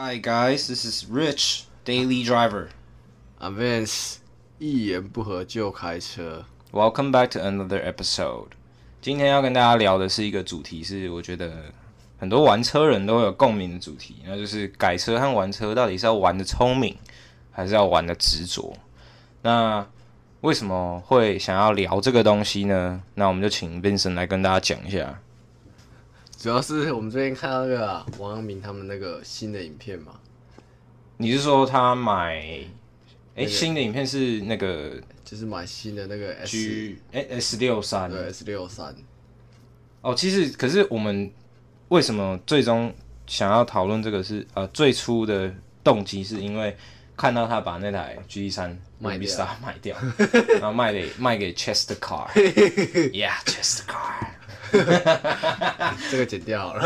Hi guys, this is Rich, Daily Driver. I'm Vince，一言不合就开车。 Welcome back to another episode. 今天要跟大家聊的是一个主题，是我觉得很多玩车人都会有共鸣的主题，那就是改车和玩车到底是要玩的聪明，还是要玩的执着？那为什么会想要聊这个东西呢？那我们就请 Vincent 来跟大家讲一下。 主要是我们最近看到那个王阳明他们那个新的影片嘛。 你是说他买？新的影片是那个就是买新的那个 S63， 对 S63。 哦，其实可是我们为什么最终想要讨论这个是最初的动机是因为看到他把那台 GT3 卖掉，然后卖给 Chester Car，Yeah Chester Car， 这个剪掉好了。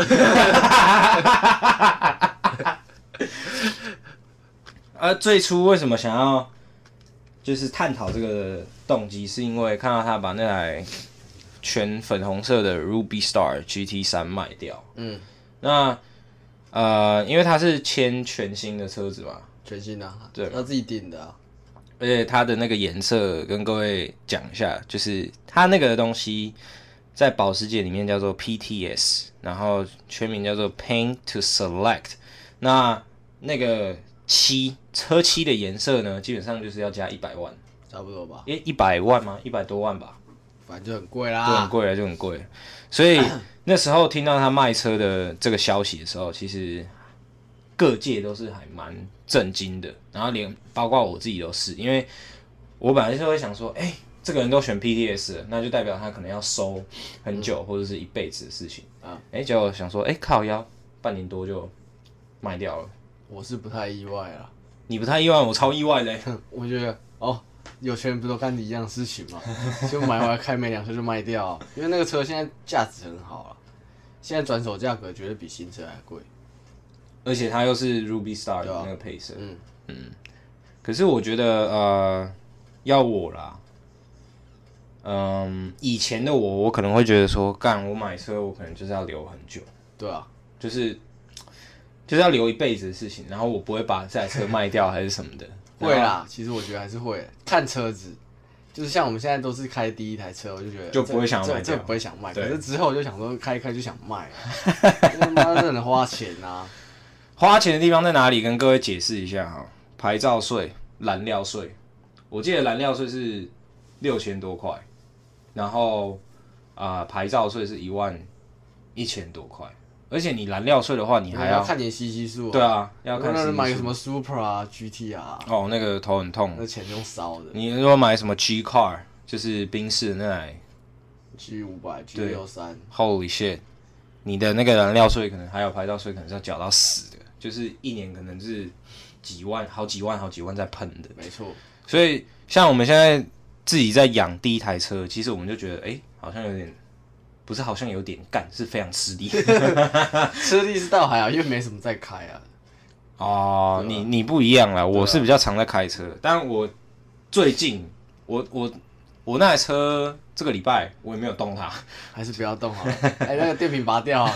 最初为什么想要就是探讨这个动机，是因为看到他把那台全粉红色的 Ruby Star GT3 卖掉。那因为它是签全新的车子嘛， 全新的， 对， 他自己订的啊。 而且它的那个颜色跟各位讲一下，就是它那个东西在保时捷里面叫做 PTS， 然后全名叫做 Paint to Select。那个车漆的颜色呢，基本上就是要加100万， 差不多吧 ？100万吗？100多万吧？ 反正就很贵啦， 就很贵。所以那时候听到他卖车的这个消息的时候，其实各界都是还蛮震惊的，然后连包括我自己都是，因为我本来就会想说，这个人都选 PTS 了，那就代表他可能要收很久，或者是一辈子的事情。结果想说，靠腰，半年多就卖掉了。 我是不太意外啦。 你不太意外，我超意外的。 我觉得有钱人不都干一样事情嘛，就买回来开没2车就卖掉，因为那个车现在价值很好了，现在转手价格绝对比新车还贵， 而且它又是 Ruby Star 的那个配色。可是我觉得要我啦，以前的我可能会觉得说，我买车我可能就是要留很久， 对啊， 就是要留一辈子的事情，然后我不会把这台车卖掉还是什么的。 会啦，其实我觉得还是会看车子，就是像我们现在都是开第一台车，我就觉得就不会想卖掉， 这不会想卖。可是之后我就想说开一开就想卖，他妈真的花钱啊！ 花钱的地方在哪里？跟各位解释一下哈，牌照税、燃料税。我记得燃料税是6000多块，然后牌照税是11000多块。而且你燃料税的话，你还要看你吸吸数。 对啊，要看吸吸数。 买个什么 Supra 啊、GT 啊， 那个头很痛， 那钱用烧的。 你如果买什么 G Car， 就是宾士的那台 G500、G63，Holy shit， 你的那个燃料税可能还有牌照税，可能是要缴到死的，就是一年可能是好几万在喷的。 没错。 所以像我们现在自己在养第一台车，其实我们就觉得，好像有点。不是好像有点干，是非常吃力。 吃力是倒还好，因为没什么在开啊。 你不一样啦，我是比较常在开车，但我最近我那台车这个礼拜我也没有动它， 还是不要动好了。那个电瓶拔掉。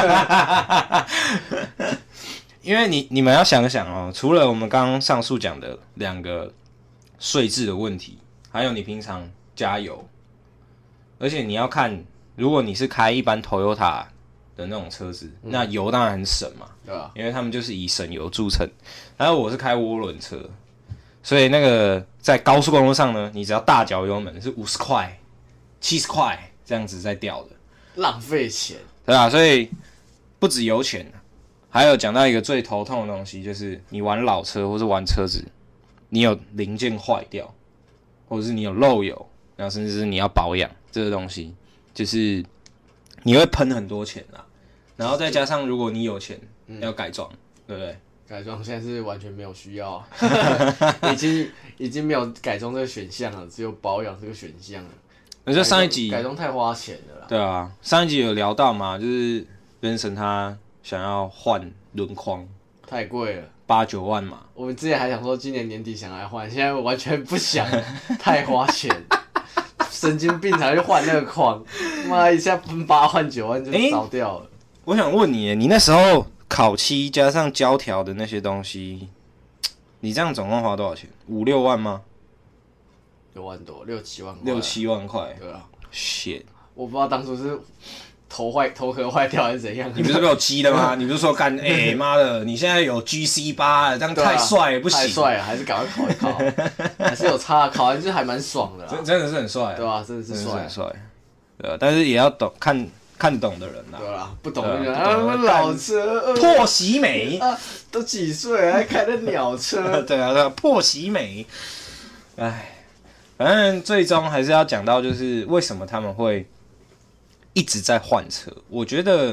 因为你们要想想除了我们刚刚上述讲的2个税制的问题，还有你平常加油，而且你要看。如果你是开一般 Toyota 的那种车子，那油当然很省嘛， 对吧？ 因为他们就是以省油著称。然后我是开涡轮车，所以那个在高速公路上呢，你只要大脚油门是50块、70块这样子在掉的， 浪费钱， 对吧？所以不止油钱，还有讲到一个最头痛的东西，就是你玩老车或是玩车子，你有零件坏掉，或者是你有漏油，然后甚至是你要保养这个东西。就是你会喷很多钱啦，然后再加上如果你有钱要改装，对不对？ 改装现在是完全没有需要，已经没有改装这个选项了，只有保养这个选项了。 那就上一集改装太花钱了啦。 对啊，上一集有聊到嘛，就是 Vincent 他想要换轮框， 太贵了 ，8-9万嘛。 我们之前还想说今年年底想来换，现在我完全不想，太花钱。神经病才去换那个框，妈一下分8万9万就烧掉了。 我想问你，你那时候烤漆加上胶条的那些东西，你这样总共花多少钱？5、6万吗 6万多，6、7万块。 ？6、7万块。 对啊。 shit， 我不知道当初是头壳坏掉还是怎样。 你不是被我激的吗？你不是说干妈的，你现在有 GC8了，这样太帅了，不行。 太帅了，还是赶快考一考。还是有差，考完就还蛮爽的啦。 真的是很帅。 对啊，真的是帅。 很帅。对啊，但是也要懂看懂的人啦。 对啦，不懂的人老车破喜美都几岁了还开的鸟车。 对啊，破喜美。唉，反正最终还是要讲到，就是为什么他们会一直在换车。我觉得，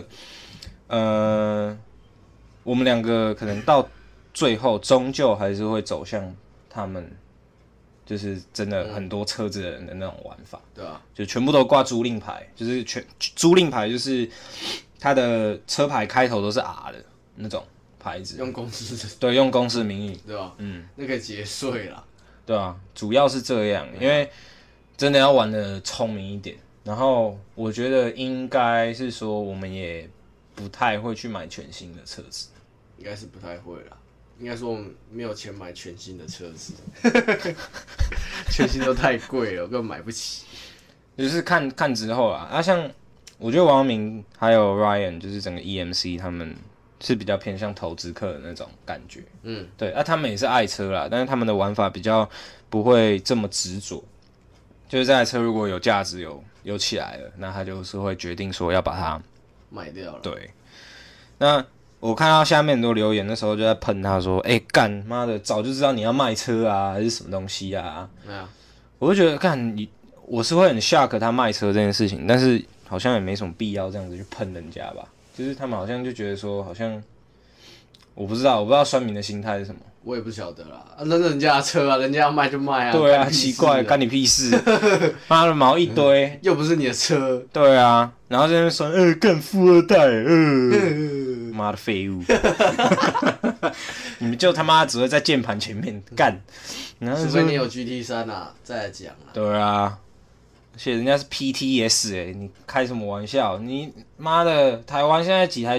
我们两个可能到最后终究还是会走向他们。就是真的很多车子的人的那种玩法， 对啊， 就全部都挂租赁牌，就是租赁牌，就是它的车牌开头都是 R 的那种牌子， 用公司的， 对，用公司的名义， 对吧？那可以节税啦， 对啊，主要是这样，因为真的要玩的聪明一点，然后我觉得应该是说我们也不太会去买全新的车子， 应该是不太会啦。应该说我们没有钱买全新的车子，全新都太贵了，我根本买不起。 就是看之后啦，像我觉得王明还有 Ryan， 就是整个 EMC 他们是比较偏向投资客的那种感觉，对，他们也是爱车啦，但是他们的玩法比较不会这么执着，就是这台车如果有价值有起来了，那他就是会决定说要把它卖掉了。 对，那。我看到下面很多留言，那时候就在喷他说：“干妈的，早就知道你要卖车啊，还是什么东西啊？”我就觉得干我是会很 shock 他卖车这件事情，但是好像也没什么必要这样子去喷人家吧。就是他们好像就觉得说，好像我不知道酸民的心态是什么。 我也不晓得啦，那人家的车啊，人家要卖就卖啊。 对啊，奇怪，干你屁事！妈的毛一堆， 又不是你的车。 对啊，然后在那边说，干富二代，妈的废物！你们就他妈只会在键盘前面干， 除非你有 GT3啊，再来讲啊。 对啊，而且人家是 PTS 你开什么玩笑？你妈的，台湾现在几台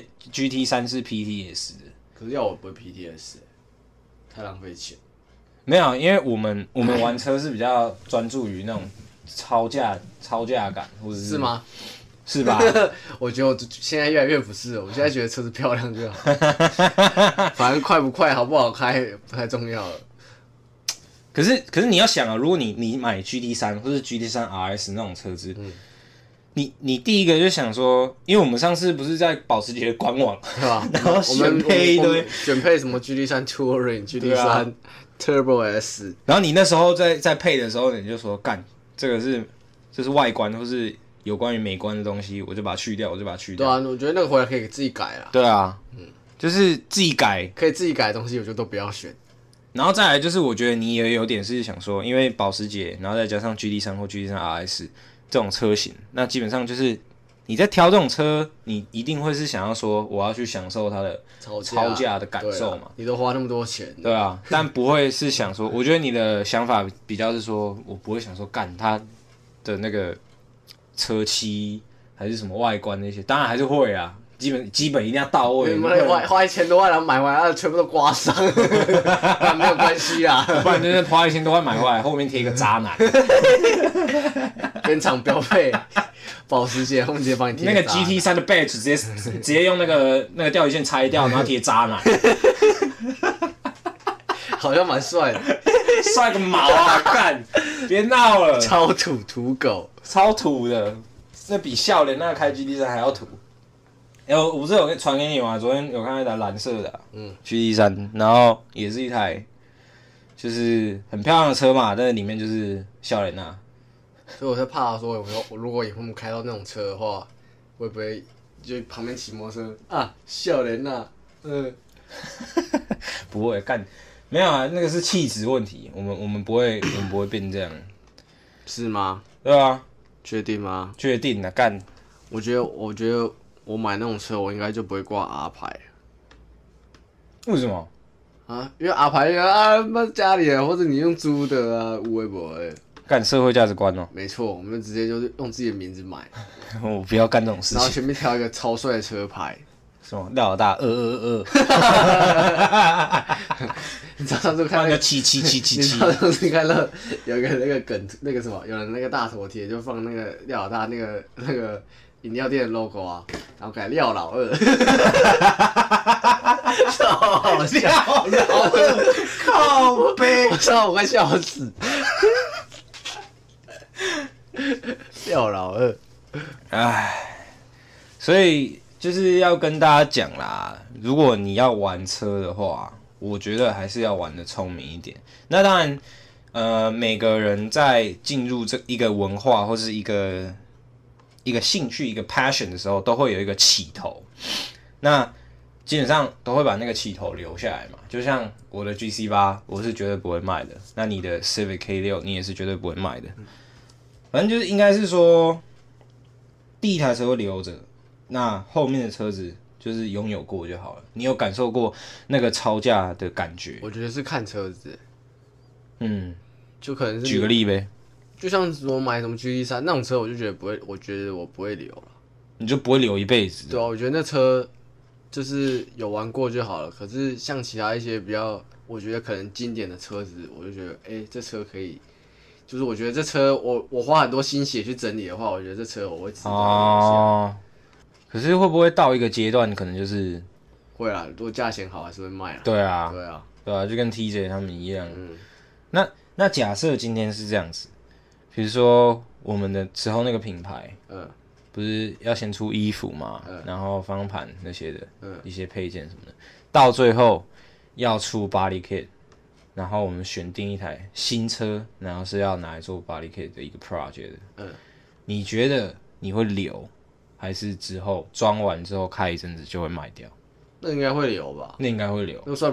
GT3是 PTS 的？ 可是要我不会 PTS，太浪费钱。 没有，因为我们玩车是比较专注于那种超价感，或者是吗？ 是吧？ 我觉得我现在越来越不是了，我现在觉得车子漂亮就好，反正快不快、好不好开不太重要了。 可是你要想啊，如果你买 GT3 或是 GT3 RS 那种车子，你第一个就想说，因为我们上次不是在保时捷的官网， 对吧？ 然后选配一堆， 选配什么 GT3 Touring、GT3 Turbo S， 然后你那时候在配的时候，你就说干这个是外观或是有关于美观的东西，我就把它去掉。对啊，我觉得那个回来可以自己改啦。 对啊，就是自己改， 可以自己改的东西，我觉得都不要选。 然后再来就是，我觉得你也有点是想说，因为保时捷，然后再加上 GT3 或 GT3 RS 这种车型，那基本上就是你在挑这种车，你一定会是想要说，我要去享受它的超价的感受嘛。 你都花那么多钱， 对啊，但不会是想说，我觉得你的想法比较是说，我不会想说干它的那个车漆还是什么外观那些，当然还是会啊。基本一定要到位， 花1000多万，然后买回来全部都刮伤，没有关系啦。 不然就是花1000多万买回来，后面贴一个渣男， 原厂标配，保时捷后面直接帮你贴那个 GT3 的 badge 直接用那个钓鱼线拆掉，然后贴渣男， 好像蛮帅的， 帅个毛啊！干，别闹了， 超土狗， 超土的，那比笑脸那个开 GT3 还要土。我不是有传给你吗？昨天有看到一台蓝色的、GT3，然后也是一台就是很漂亮的车嘛，但是里面就是笑脸呐。 所以我在怕说，我如果以后我们开到那种车的话，会不会就旁边骑摩托车啊，笑脸呐？ 不会干，没有啊，那个是气质问题，我们不会变这样， 是吗？ 对啊， 确定吗？ 确定啊，干。 我觉得。我买那种车，我应该就不会挂 R 牌。 为什么？ 啊，因为 R 牌啊，那家里或者你用租的啊，无微不微。 干社会价值观哦。 没错，我们直接就是用自己的名字买。 我不要干这种事情。 然后前面挑一个超帅的车牌， 什么廖老大222， 你知道上次看那个 77777， 你知道上次看到有一个那个梗，那个什么，有人那个大头贴就放那个廖老大那个饮料店的 logo 啊，然后改廖老二，超好笑， 靠背， 我快笑死，廖老二， 唉，所以就是要跟大家讲啦，如果你要玩车的话，我觉得还是要玩的聪明一点。那当然，每个人在进入这一个文化或是一个兴趣、一个 passion 的时候，都会有一个起头。那基本上都会把那个起头留下来嘛。就像我的 GC8，我是绝对不会卖的。那你的 Civic K6，你也是绝对不会卖的。反正就是应该是说，第一台车会留着，那后面的车子就是拥有过就好了。你有感受过那个超价的感觉？ 我觉得是看车子， 嗯， 就可能是举个例呗， 就像我买什么 GT3那种车，我就觉得不会，我觉得我不会留了。 你就不会留一辈子。 对啊，我觉得那车就是有玩过就好了。可是像其他一些比较，我觉得可能经典的车子，我就觉得，这车可以，就是我觉得这车我花很多心血去整理的话，我觉得这车我会值得留下。 哦，可是会不会到一个阶段，可能就是会啦，如果价钱好还是会卖啦。 对啊， 对啊， 对啊，就跟 TJ 他们一样。那假设今天是这样子，比如说我们的之后那个品牌，不是要先出衣服嘛，然后方盘那些的，一些配件什么的，到最后要出 body kit， 然后我们选定一台新车，然后是要拿来做 body kit 的一个 project 的，你觉得你会留，还是之后装完之后开一阵子就会卖掉？ 那应该会留吧？ 那应该会留， 那算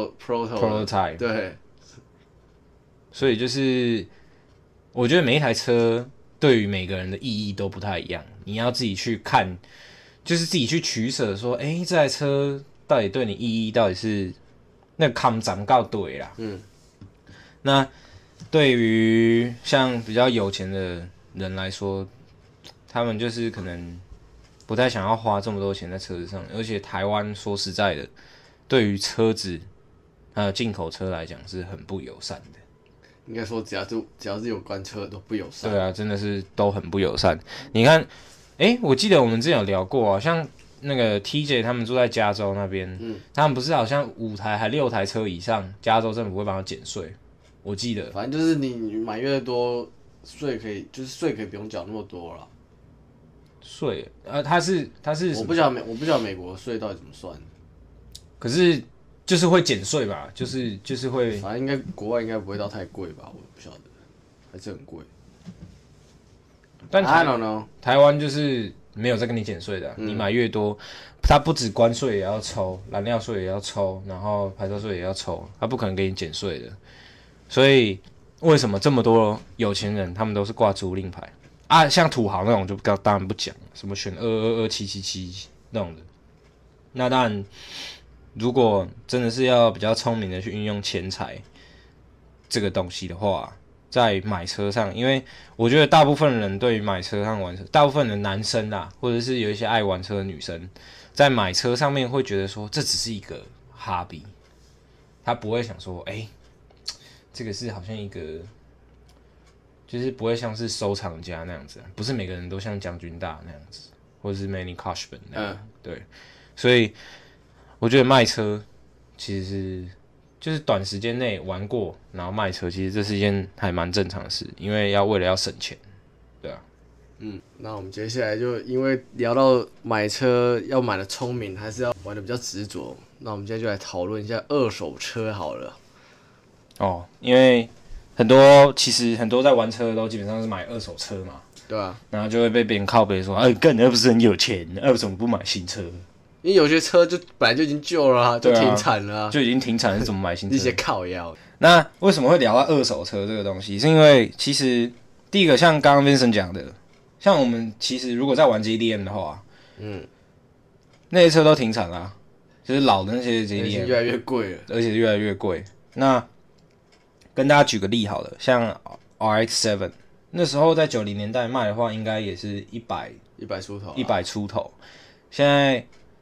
prototype。对， 所以就是我觉得每一台车对于每个人的意义都不太一样，你要自己去看，就是自己去取舍，说，这台车到底对你意义到底是那个康长告对啦。那对于像比较有钱的人来说，他们就是可能不太想要花这么多钱在车子上，而且台湾说实在的，对于车子还有进口车来讲是很不友善的。 应该说只要是有关车的都不友善。 对啊，真的是都很不友善。你看，我记得我们之前有聊过啊，像那个 TJ 他们住在加州那边，他们不是好像5台还6台车以上，加州政府会帮他减税，我记得。 反正就是你买越多税可以，就是税可以不用缴那么多了。 税，他是我不晓得美国的税到底怎么算， 可是就是会减税吧，就是会， 反正应该国外应该不会到太贵吧，我不晓得，还是很贵。 但 I don't know， 台湾就是没有在跟你减税的你买越多，它不止关税也要抽，燃料税也要抽，然后牌照税也要抽，它不可能给你减税的。所以为什么这么多有钱人他们都是挂租赁牌啊？像土豪那种就当然不讲，什么选222777那种的。那当然，如果真的是要比较聪明的去运用钱财这个东西的话，在买车上，因为我觉得大部分人对于买车和玩车，大部分的男生啦，或者是有一些爱玩车的女生，在买车上面会觉得说这只是一个 hobby， 他不会想说，这个是好像一个，就是不会像是收藏家那样子，不是每个人都像将军大那样子，或者是 Manny Cashman 那样，对，所以我觉得卖车其实是就是短时间内玩过，然后卖车，其实这是一件还蛮正常的事，因为为了要省钱，对啊。 那我们接下来就因为聊到买车要买的聪明，还是要玩的比较执着，那我们现在就来讨论一下二手车好了。 因为其实很多在玩车的都基本上是买二手车嘛， 对啊， 然后就会被别人靠北说，干你又不是很有钱，为什么不买新车？ 因为有些车就本来就已经旧了就停产了就已经停产，是怎么买新车？ 一些靠腰。 那为什么会聊到二手车这个东西？是因为其实第一个像刚刚 Vincent 讲的，像我们其实如果在玩 JDM 的话，那些车都停产了，就是老的那些 JDM 越来越贵了， 而且越来越贵。那跟大家举个例好了，像 RX-7 那时候在90年代卖的话，应该也是100出头，现在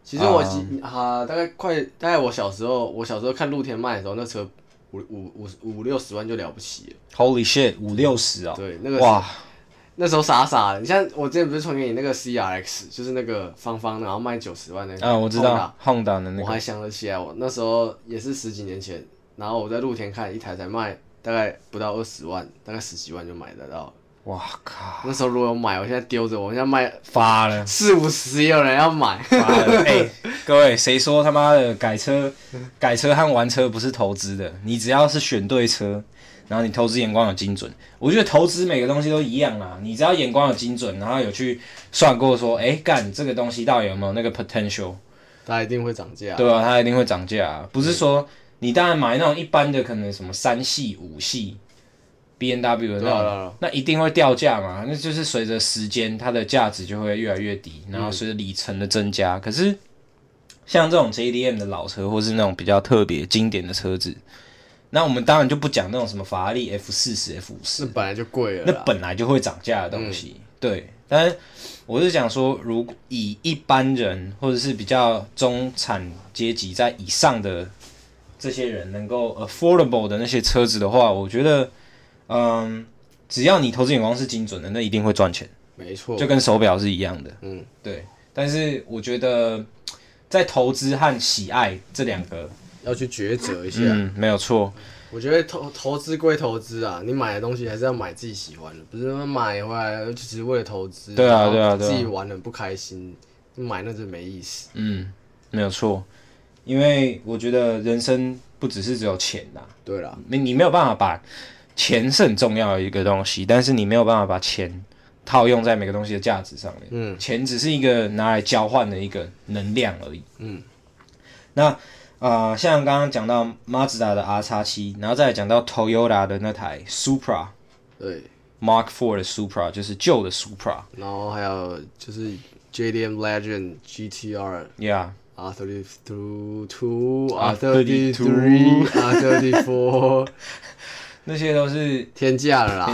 其实我大概我小时候看露天卖的时候，那车五六十万就了不起了。 Holy shit， 5、60哦。 对，那个哇， 那时候傻傻的。你像我之前不是传给你那个 CRX， 就是那个方方的，然后卖90万那个。 我知道 Honda 的那个。 我还想得起来，我那时候也是10几年前，然后我在露天看一台才卖大概不到20万，大概10几万就买得到了。 哇靠！ 那时候如果有买，我现在丢着，我现在卖发了 40-50也有人要买。 发了，各位，谁说他妈的改车和玩车不是投资的？你只要是选对车，然后你投资眼光有精准，我觉得投资每个东西都一样啦。你只要眼光有精准，然后有去算过说，干这个东西到底有没有那个 potential， 它一定会涨价。 对啊，它一定会涨价。不是说你当然买那种一般的，可能什么3系、5系。BMW 的那种，那一定会掉价嘛？那就是随着时间，它的价值就会越来越低，然后随着里程的增加。可是像这种 JDM 的老车，或是那种比较特别经典的车子，那我们当然就不讲那种什么法拉利 F40、F50， 那本来就贵了， 那本来就会涨价的东西。对，但是我是讲说，如果以一般人或者是比较中产阶级在以上的这些人能够 affordable 的那些车子的话，我觉得。只要你投资眼光是精准的，那一定会赚钱。 没错， 就跟手表是一样的。 对。 但是我觉得在投资和喜爱这两个要去抉择一下。 没有错。 我觉得投资归投资啊，你买的东西还是要买自己喜欢的，不是买回来就只是为了投资。 对啊， 自己玩的不开心，买那真没意思。 没有错。因为我觉得人生不只有钱啦。 对啦， 你没有办法把钱是很重要的一个东西，但是你没有办法把钱套用在每个东西的价值上面。钱只是一个拿来交换的一个能量而已。那像刚刚讲到 Mazda 的 RX-7， 然后再来讲到 Toyota 的那台 Supra， 对 ，Mark IV 的 Supra 就是旧的 Supra， 然后还有就是 JDM Legend GTR。R32、R33、R34， 那些都是天价了啦，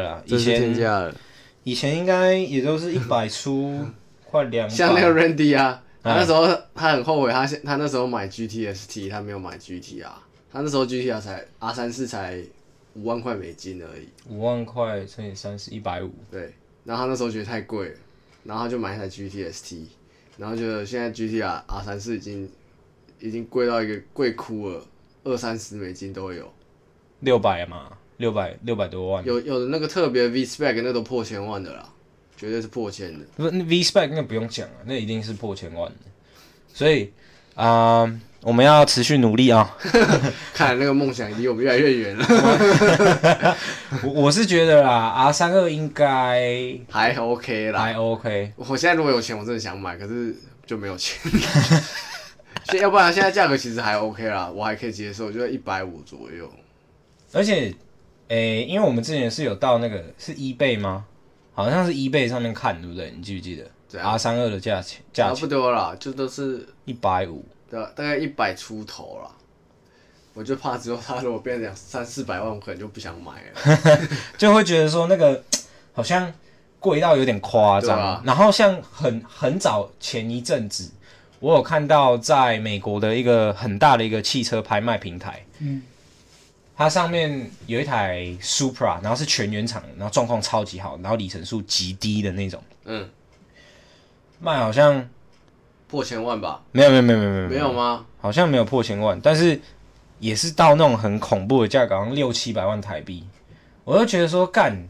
以前应该也都是100出，快200。 像那个 Randy 啊，他那时候他很后悔，他那时候买 GTST， 他没有买 GTR， 他那时候 GTR R34才5万块美金而已。 5万块乘以30，150。 对，然后他那时候觉得太贵了，然后他就买一台 GTST， 然后就现在 GTR R34已经贵到一个贵哭了，20-30美金都有。 600嘛，600多万。 有的那个特别 V Spec 那都破1000万的啦，绝对是破千的。 不 V Spec 那不用讲啊，那一定是破1000万的。所以我们要持续努力啊！ 看来那个梦想离我们越来越远了。 我是觉得啦，R32应该还 OK 啦， 还 OK。 我现在如果有钱，我真的想买，可是就没有钱。要不然现在价格其实还 OK 啦，我还可以接受，就在150左右。 而且，因为我们之前是有到那个是 eBay 吗？好像是 eBay 上面看，对不对？你记不记得 ？R32 的价钱差不多啦，就都是 150， 对，大概100出头啦。我就怕之后它如果变成300-400万，我可能就不想买了。 就会觉得说那个好像贵到有点夸张。啊、然后像很早前一阵子，我有看到在美国的一个很大的一个汽车拍卖平台。它上面有一台 Supra， 然后是全原厂，然后状况超级好，然后里程数极低的那种。卖好像破1000万吧？ 没有吗？ 好像没有破1000万，但是也是到那种很恐怖的价格，好像600-700万台币。我就觉得说，干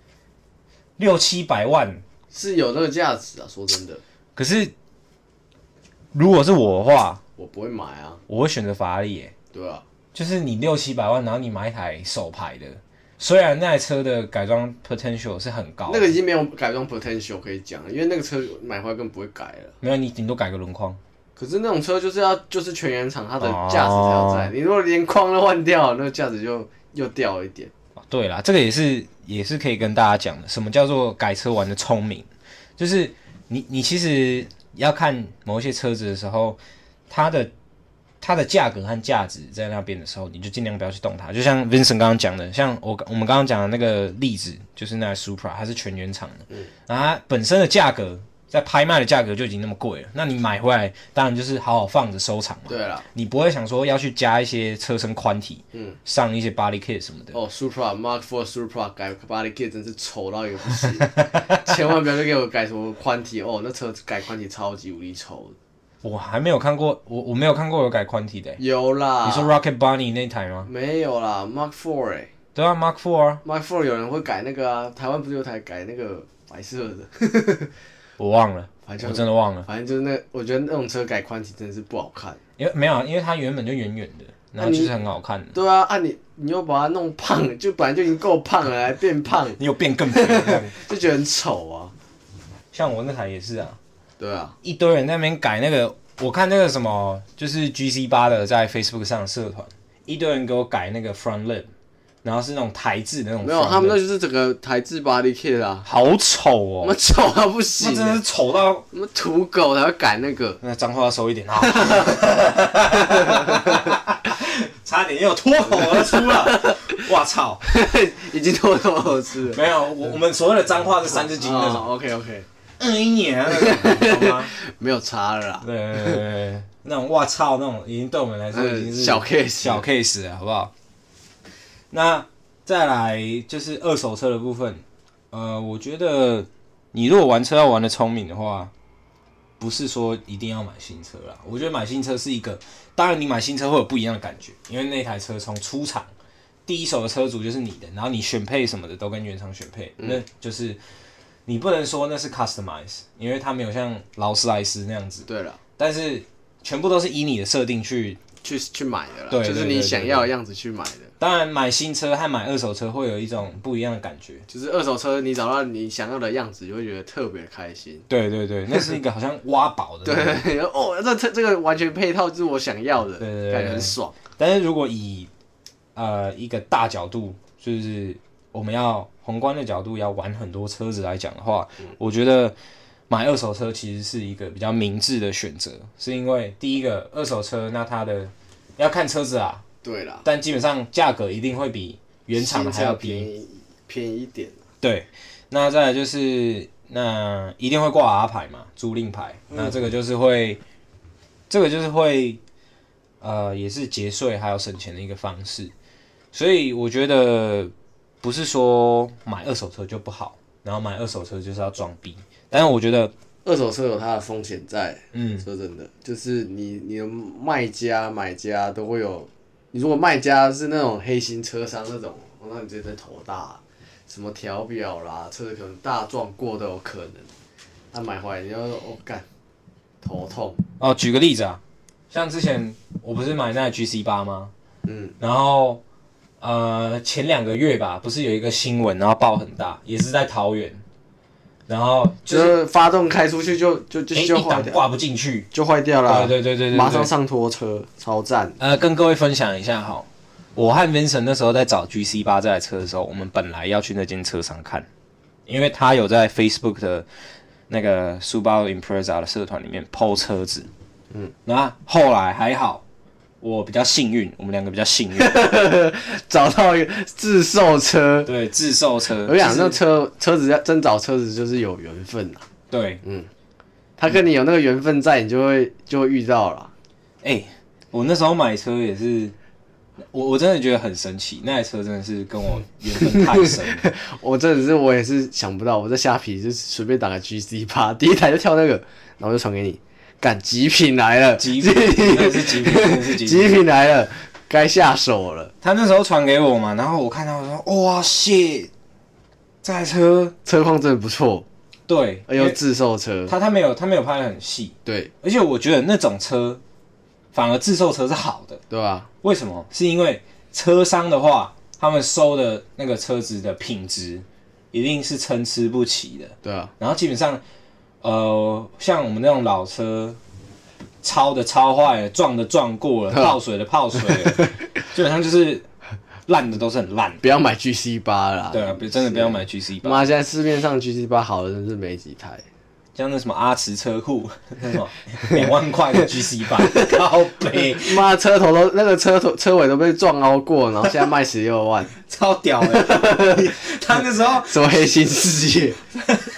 600-700万是有那个价值啊，说真的。 可是如果是我的话， 我不会买啊， 我会选择法拉利耶。 对啊。 就是你600-700万，然后你买一台手排的，虽然那台车的改装 potential 是很高， 那个已经没有改装 potential 可以讲了，因为那个车买回来根本不会改了。 没有，你顶多改个轮框。 可是那种车就是全原厂，它的价值才要在。你如果连框都换掉，那个价值就又掉了一点。 对啦，这个也是可以跟大家讲的。什么叫做改车玩的聪明？就是你其实要看某一些车子的时候，它的价格和价值在那边的时候，你就尽量不要去动它。就像 Vincent 刚刚讲的，像我们刚刚讲的那个例子，就是那台 Supra， 它是全原厂的，然后它本身的价格在拍卖的价格就已经那么贵了，那你买回来当然就是好好放着收藏嘛。 对啦， 你不会想说要去加一些车身宽体，上一些 body kit 什么的。 哦，Supra Mark IV Supra 改 body kit 真是丑到一个不行，千万不要再给我改什么宽体哦，那车改宽体超级无敌丑的。 我还没有看过，我没有看过有改宽体的。 有啦， 你说 Rocket Bunny 那台吗？ 没有啦，Mark IV 对啊，Mark IV 啊 ，Mark IV 有人会改那个啊，台湾不是有台改那个白色的， 我忘了， 反正我真的忘了。 反正就是那，我觉得那种车改宽体真的是不好看。 因为没有，因为它原本就圆圆的，然后就是很好看的。 对啊，你又把它弄胖，就本来就已经够胖了，还变胖， 你有变更肥这样。 就觉得很丑啊。 像我那台也是啊， 对啊， 一堆人在那边改那个，我看那个什么，就是 GC8的在 Facebook 上的社团，一堆人给我改那个 front lip， 然后是那种台制的那种 front lip。 没有，他们那就是整个台制 body kit 啊， 好丑哦， 我们丑到不行， 那真的是丑到我们土狗才会改那个。 那脏话要收一点啊！差点又脱口而出了，我操！ 已经脱口而出了。 没有，我们所谓的脏话是三字经那种。 OK， 一年啊，那种吗？ 没有差了啦。 对，那种我操，那种已经对我们来说已经是小 case 小 case 了，好不好？那再来就是二手车的部分，我觉得你如果玩车要玩的聪明的话，不是说一定要买新车啦。我觉得买新车是一个，当然你买新车会有不一样的感觉，因为那台车从出厂第一手的车主就是你的，然后你选配什么的都跟原厂选配，那就是你不能说那是 customize， 因为它没有像劳斯莱斯那样子。 对了， 但是全部都是以你的设定去买的啦， 对， 就是你想要的样子去买的。 当然，买新车和买二手车会有一种不一样的感觉。 就是二手车，你找到你想要的样子，就会觉得特别开心。 对，那是一个好像挖宝的。 对，哦，这个完全配套就是我想要的， 对， 感觉很爽。 但是如果以一个大角度，就是我们要宏观的角度要玩很多车子来讲的话，我觉得买二手车其实是一个比较明智的选择，是因为第一个二手车，那它的要看车子啊。 对啦， 但基本上价格一定会比原厂的还要便宜一点。 对，那再来就是那一定会挂 R 牌嘛，租赁牌，那这个就是会也是节税还有省钱的一个方式。所以我觉得不是说买二手车就不好，然后买二手车就是要装逼，但是我觉得二手车有它的风险在，说真的，就是你的卖家买家都会有。你如果卖家是那种黑心车商那种，那你直接头大，什么调表啦，车子可能大撞过都有可能。他买回来你要说干，头痛。 哦，举个例子啊，像之前我不是买那台 GC8 吗？然后前2个月吧，不是有一个新闻，然后爆很大，也是在桃园，然后就是发动开出去就坏掉， 挂不进去， 就坏掉了。 对， 马上上拖车，超赞。 跟各位分享一下哈，我和 Vincent 那时候在找 GC8 这台车的时候，我们本来要去那间车商看，因为他有在 Facebook 的那个 Subaru Impreza 的社团里面 po 车子，那后来还好。我比较幸运，我们2个比较幸运， 找到一个自售车。 对，自售车。 我想那车子要真找车子就是有缘分啊。 对， 他跟你有那个缘分在，你就会遇到了。 我那时候买车也是，我真的觉得很神奇，那台车真的是跟我缘分太深了。 我也是想不到，我在虾皮就随便打个 GC8，第一台就跳那个，然后就传给你。干极品来了， 极品，真的是极品，真的是极品， 极品来了，该下手了。 他那时候传给我嘛，然后我看到我说，哇塞，这台车况真的不错， 对， 又自售车， 他没有拍得很细， 对， 而且我觉得那种车反而自售车是好的， 对吧？ 为什么？是因为车商的话，他们收的那个车子的品质一定是参差不齐的， 对啊， 然后基本上。像我们那种老车，超的超坏了，撞的撞过了，泡水的泡水了，基本上就是烂的都是很烂。 不要买 GC8 啦。 对啊，真的不要买 GC8。 妈，现在市面上 GC8 好的真是没几台。 像那什么阿驰车库，那什么2万块的 GC8，靠北。 妈，车头都那个车尾都被撞凹过，然后现在卖16万， 超屌他那时候什么黑心世界？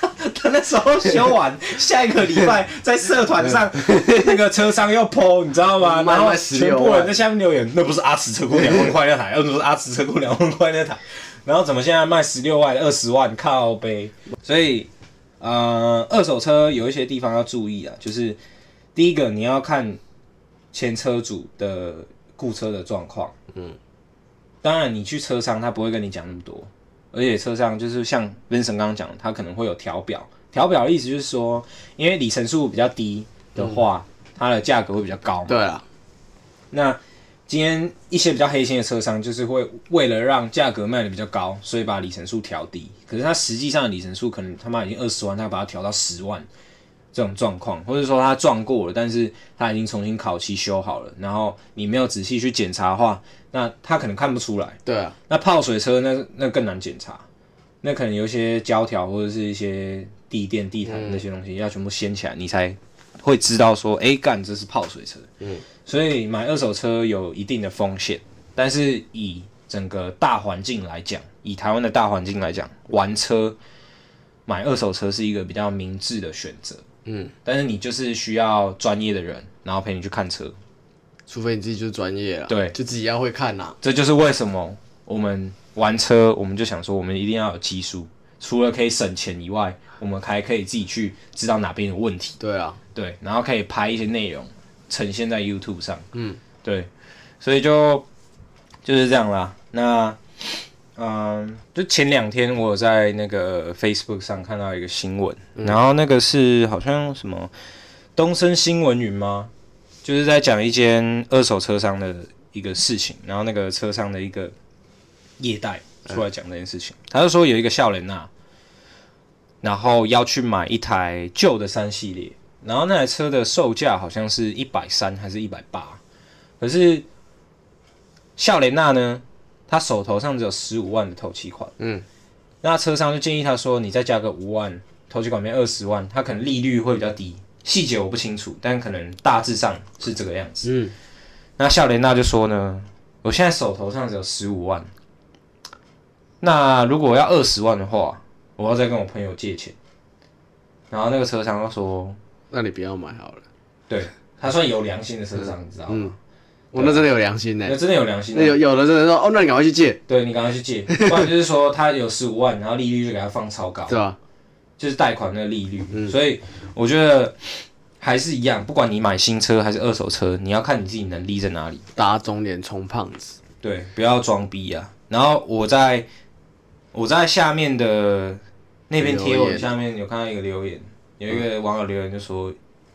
他那时候修完，下一个礼拜在社团上那个车商又 po， 你知道吗？然后全部人在下面留言，那不是阿驰车库2万块那台，那不是阿驰车库2万块那台，然后怎么现在卖16万、20万，靠背。所以二手车有一些地方要注意啊，就是第一个你要看前车主的顾车的状况，当然你去车商他不会跟你讲那么多。而且车上就是像 Vincent 刚刚讲，它可能会有调表。调表的意思就是说，因为里程数比较低的话，它的价格会比较高嘛。 对啊。 那今天一些比较黑心的车商，就是会为了让价格卖的比较高，所以把里程数调低。可是它实际上的里程数可能他妈已经20万，他把它调到10万这种状况，或者说他撞过了，但是他已经重新烤漆修好了，然后你没有仔细去检查的话，那他可能看不出来。 对啊。那泡水车那更难检查，那可能有一些胶条或者是一些地垫、地毯那些东西要全部掀起来，你才会知道说，干这是泡水车。所以买二手车有一定的风险，但是以整个大环境来讲，以台湾的大环境来讲，玩车买二手车是一个比较明智的选择。但是你就是需要专业的人，然后陪你去看车， 除非你自己就是专业啦， 对， 就自己要会看啦。 这就是为什么我们玩车，我们就想说，我们一定要有技术，除了可以省钱以外，我们还可以自己去知道哪边有问题。 对啊， 对，然后可以拍一些内容呈现在 YouTube 上。对，所以就是这样啦。那就前2天我有在那个 Facebook 上看到一个新闻，然后那个是好像什么东森新闻云吗？就是在讲一间二手车商的一个事情，然后那个车商的一个业代出来讲这件事情，他就说有一个少年啊，然后要去买一台旧的3系列，然后那台车的售价好像是130还是180，可是少年娜呢，他手头上只有15万的头期款，那车商就建议他说，你再加个5万，头期款变20万，他可能利率会比较低，细节我不清楚，但可能大致上是这个样子。那少年娜就说呢，我现在手头上只有15万，那如果要20万的话，我要再跟我朋友借钱。然后那个车商就说， 那你不要买好了。 对，他算有良心的车商，你知道吗？ 我那真的有良心呢， 那真的有良心。 那有的真的说，那你赶快去借。 对，你赶快去借，不然就是说他有15万，然后利率就给他放超高， 对吧？ 就是贷款那个利率。所以我觉得还是一样，不管你买新车还是二手车，你要看你自己能力在哪里。 打肿脸充胖子。对， 不要装逼啊。然后我在下面的那篇贴文下面有看到一个留言，有一个网友留言就说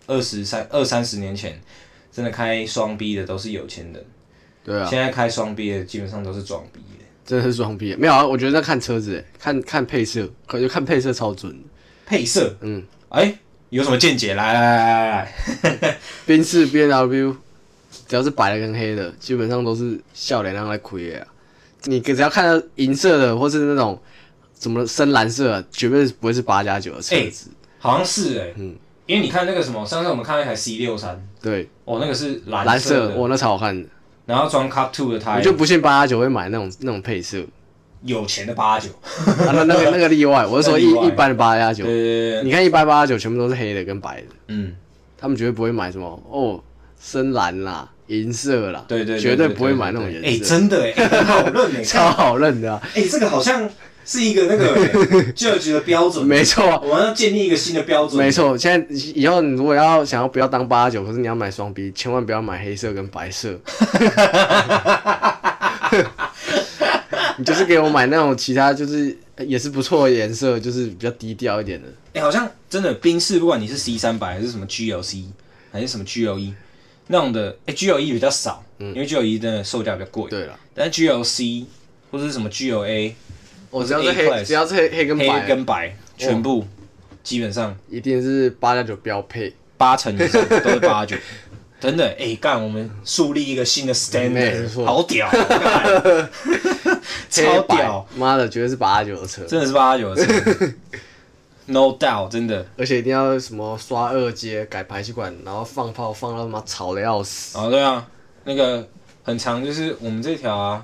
，20-30年前真的开双 B 的都是有钱人， 对啊， 现在开双 B 的基本上都是装逼的， 真的是装逼。没有啊，我觉得在看车子，看配色，可就看配色超准的。 配色，有什么见解？来， 宾士 B&W 只要是白的跟黑的，基本上都是笑脸让来亏的啊。你只要看到银色的或是那种什么深蓝色的，绝对不会是8+9的车子。 好像是因为你看那个什么，上次我们看到一台 C63， 对， 那个是蓝色的， 那超好看的。 然后装 Cup 2的胎， 我就不信8+9会买那种配色。 有钱的8+9， 那个例外，我是说一般的8+9。 对， 你看一般8+9全部都是黑的跟白的，他们绝对不会买什么深蓝啦、银色啦， 对， 绝对不会买那种颜色。 真的很好认超好认的啊！ 这个好像是一个那个judge 的标准， 没错， 我们要建立一个新的标准。 没错，现在以后你如果想要不要当8+9，可是你要买双 B， 千万不要买黑色跟白色。你就是给我买那种其他就是也是不错的颜色，就是比较低调一点的。 好像真的宾士，不管你是 C300 还是什么 GLC 还是什么 GLE 那种的，GLE 比较少，因为 GLE 真的售价比较贵。 对了， 但是 GLC 或者是什么 GLA， 只要是黑跟白， 全部基本上一定是8+9标配 ，80%以上都是8+9。真的，干，我们树立一个新的 standard， 好屌，超屌， 妈的，绝对是8+9的车， 真的是8+9的车，no doubt， 真的， 而且一定要什么刷2阶、改排气管，然后放炮放到他妈吵得要死。 对啊，那个很长，就是我们这条啊，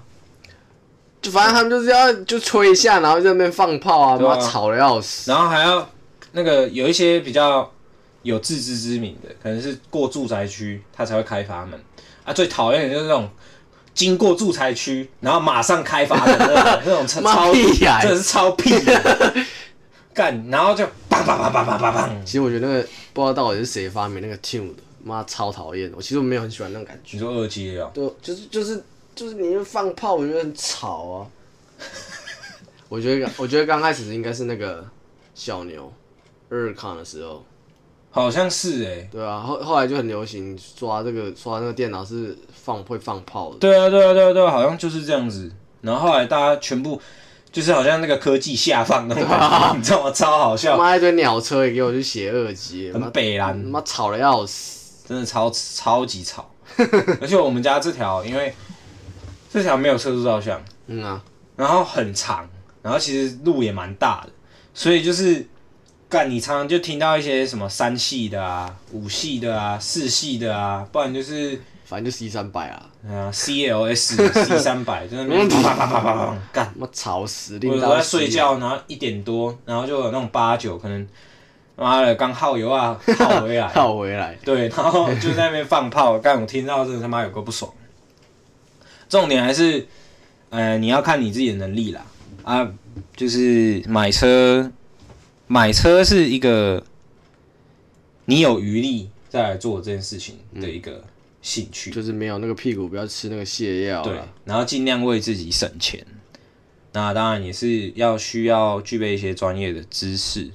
就反正他们就是要就吹一下，然后在那边放炮啊，妈吵得要死， 然后还要那个有一些比较有自知之明的，可能是过住宅区他才会开阀门啊。最讨厌的就是那种经过住宅区，然后马上开阀的那种超屁呀， 真的是超屁的。干，然后就砰砰砰砰砰砰砰。 其实我觉得那个不知道到底是谁发明那个 tune 的，妈超讨厌。其实我没有很喜欢那种感觉。 你说二阶啊？ 对，就是你放炮，我觉得很吵啊。我觉得刚开始应该是那个小牛2Con 的时候， 好像是欸。 对啊，后来就很流行刷那个电脑是会放炮的。 对啊，好像就是这样子。然后后来大家全部就是好像那个科技下放那种感觉，你知道吗？超好笑。 妈一堆鸟车也给我去写2级， 很北蓝， 妈吵得要死， 真的超级吵。而且我们家这条，因为这条没有测速照相，然后很长，然后其实路也蛮大的，所以就是干你常常就听到一些什么3系的啊、5系的啊、4系的啊，不然就是反正就 C300啊 ，CLS、C300，就那边啪啪啪啪啪啪干， 妈吵死！ 我在睡觉，然后1点多，然后就有那种89，可能妈的刚耗油啊，耗回来， 耗回来， 对，然后就在那边放炮，干我听到真的他妈有个不爽。重点还是，你要看你自己的能力啦，啊，就是买车是一个你有余力再来做这件事情的一个兴趣， 就是没有那个屁股不要吃那个泻药， 对，然后尽量为自己省钱。那当然也是需要具备一些专业的知识，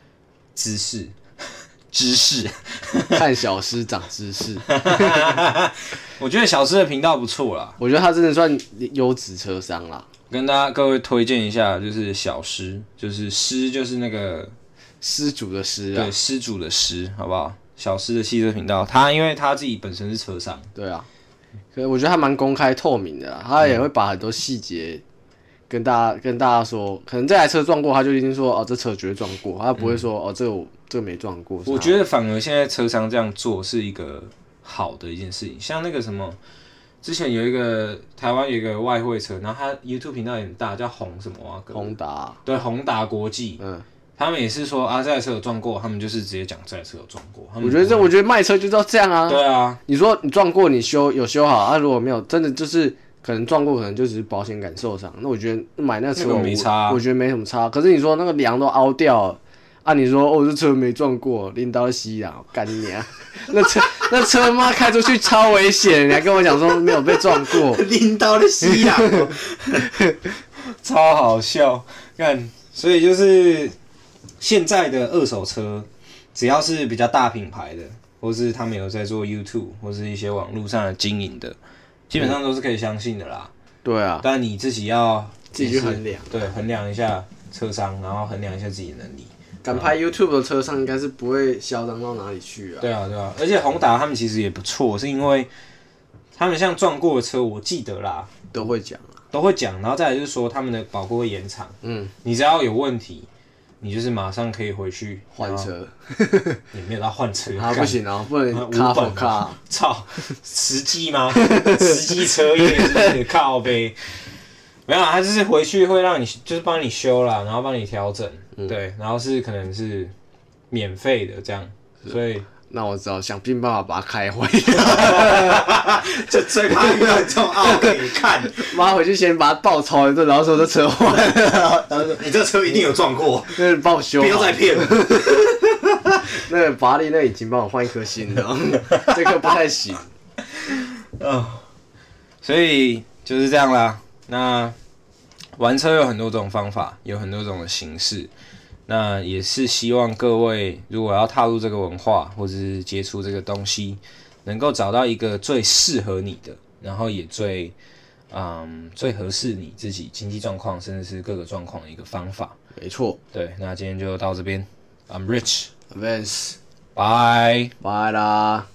看小师长知识。 我觉得小师的频道不错啦， 我觉得他真的算优质车商啦。 跟各位推荐一下，就是小师，就是师就是那个施主的施啊， 对，施主的施，好不好？小师的汽车频道，因为他自己本身是车商， 对啊，可是我觉得他蛮公开透明的啦，他也会把很多细节跟大家说，可能这台车撞过，他就一定说这车绝对撞过，他不会说这个没撞过。 我觉得反而现在车商这样做是一个好的一件事情，像那个什么，之前有一个台湾有一个外汇车，然后他 YouTube 频道也很大，叫宏什么啊？ 宏达， 对，宏达国际，他们也是说这台车有撞过，他们就是直接讲这台车有撞过。 我觉得卖车就是要这样啊。 对啊， 你说你撞过，你有修好啊，如果没有，真的就是可能撞过，可能就只是保险杆受伤。那我觉得买那车没差， 我觉得没什么差。可是你说那个梁都凹掉了。你说这车没撞过，拎刀西啦，干你娘！那车妈开出去超危险，你还跟我讲说没有被撞过， 拎刀的西啦，超好笑，干！所以就是现在的二手车，只要是比较大品牌的，或是他们有在做 YouTube 或是一些网络上的经营的，基本上都是可以相信的啦。 对啊， 但你自己要自己去衡量， 对，衡量一下车商，然后衡量一下自己的能力。 敢拍 YouTube 的车上应该是不会嚣张到哪里去啊。 对啊，而且宏达他们其实也不错，是因为他们像撞过的车，我记得啦， 都会讲， 然后再来就是说他们的保固会延长。你只要有问题，你就是马上可以回去换车， 也没有到换车， 不行啊，不能卡否卡， 操，实际吗？实际车业是靠呗。没有，他就是回去会让你，就是帮你修啦，然后帮你调整，对，然后是可能是免费的这样，所以那我只好想尽办法把它开回， 就最怕遇到这种给你看， 妈回去先把它爆抄一顿，然后说这车坏了，然后说你这车一定有撞过， 那帮我修， 不要再骗了。 那个法拉利那已经帮我换一颗新的，这颗不太行。 所以就是这样啦。那玩车有很多种方法，有很多种的形式。那也是希望各位如果要踏入这个文化，或者是接触这个东西，能够找到一个最适合你的，然后也最合适你自己经济状况，甚至是各个状况的一个方法。 没错。 对，那今天就到这边。I'm Rich， Vance， 拜拜啦。